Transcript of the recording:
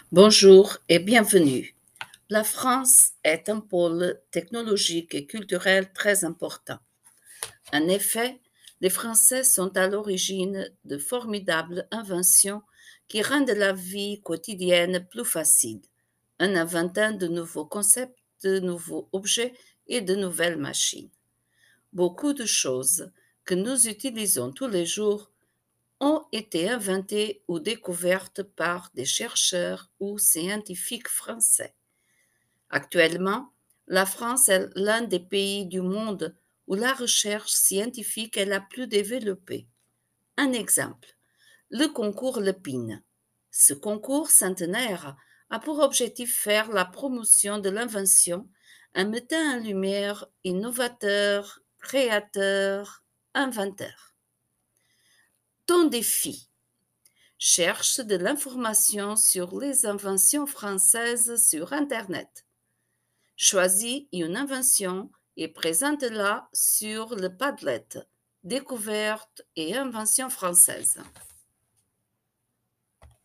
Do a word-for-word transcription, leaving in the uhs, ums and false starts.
Bonjour et bienvenue. La France est un pôle technologique et culturel très important. En effet, les Français sont à l'origine de formidables inventions qui rendent la vie quotidienne plus facile, en inventant de nouveaux concepts, de nouveaux objets et de nouvelles machines. Beaucoup de choses que nous utilisons tous les jours ont été inventées ou découvertes par des chercheurs ou scientifiques français. Actuellement, la France est l'un des pays du monde où la recherche scientifique est la plus développée. Un exemple, le concours Lepine. Ce concours centenaire a pour objectif faire la promotion de l'invention en mettant en lumière innovateurs, créateurs, inventeurs. Ton défi. Cherche de l'information sur les inventions françaises sur Internet. Choisis une invention et présente-la sur le Padlet Découvertes et inventions françaises.